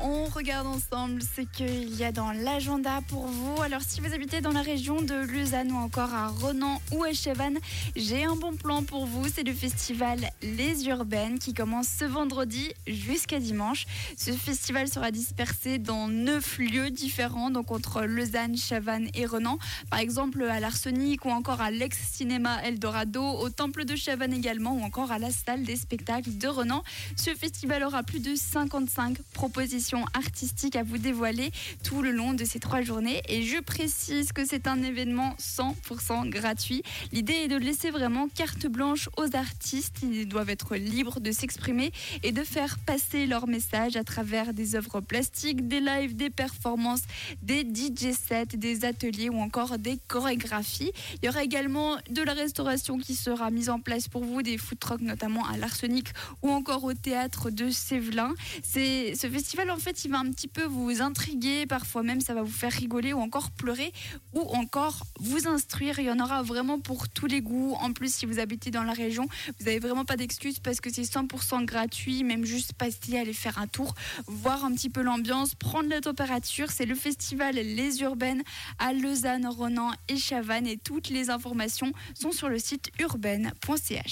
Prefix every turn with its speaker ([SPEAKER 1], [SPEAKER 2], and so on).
[SPEAKER 1] On regarde ensemble ce qu'il y a dans l'agenda pour vous. Alors si vous habitez dans la région de Lausanne ou encore à Renan ou à Chavannes, j'ai un bon plan pour vous. C'est le festival Les Urbaines qui commence ce vendredi jusqu'à dimanche. Ce festival sera dispersé dans 9 lieux différents, donc entre Lausanne, Chavannes et Renan. Par exemple à l'Arsenic ou encore à l'ex-cinéma Eldorado, au Temple de Chavannes également ou encore à la salle des spectacles de Renan. Ce festival aura plus de 55 propositions artistiques à vous dévoiler tout le long de ces 3 journées. Et je précise que c'est un événement 100% gratuit. L'idée est de laisser vraiment carte blanche aux artistes. Ils doivent être libres de s'exprimer et de faire passer leur message à travers des œuvres plastiques, des lives, des performances, des DJ sets, des ateliers ou encore des chorégraphies. Il y aura également de la restauration qui sera mise en place pour vous, des food trucks notamment à l'Arsenic ou encore au théâtre de Sévelin. Ce festival, en fait, il va un petit peu vous intriguer, parfois même ça va vous faire rigoler ou encore pleurer ou encore vous instruire. Il y en aura vraiment pour tous les goûts. En plus, si vous habitez dans la région, vous n'avez vraiment pas d'excuses parce que c'est 100% gratuit, même juste passer, aller faire un tour, voir un petit peu l'ambiance, prendre la température. C'est le festival Les Urbaines à Lausanne, Renan et Chavannes et toutes les informations sont sur le site urbaine.ch.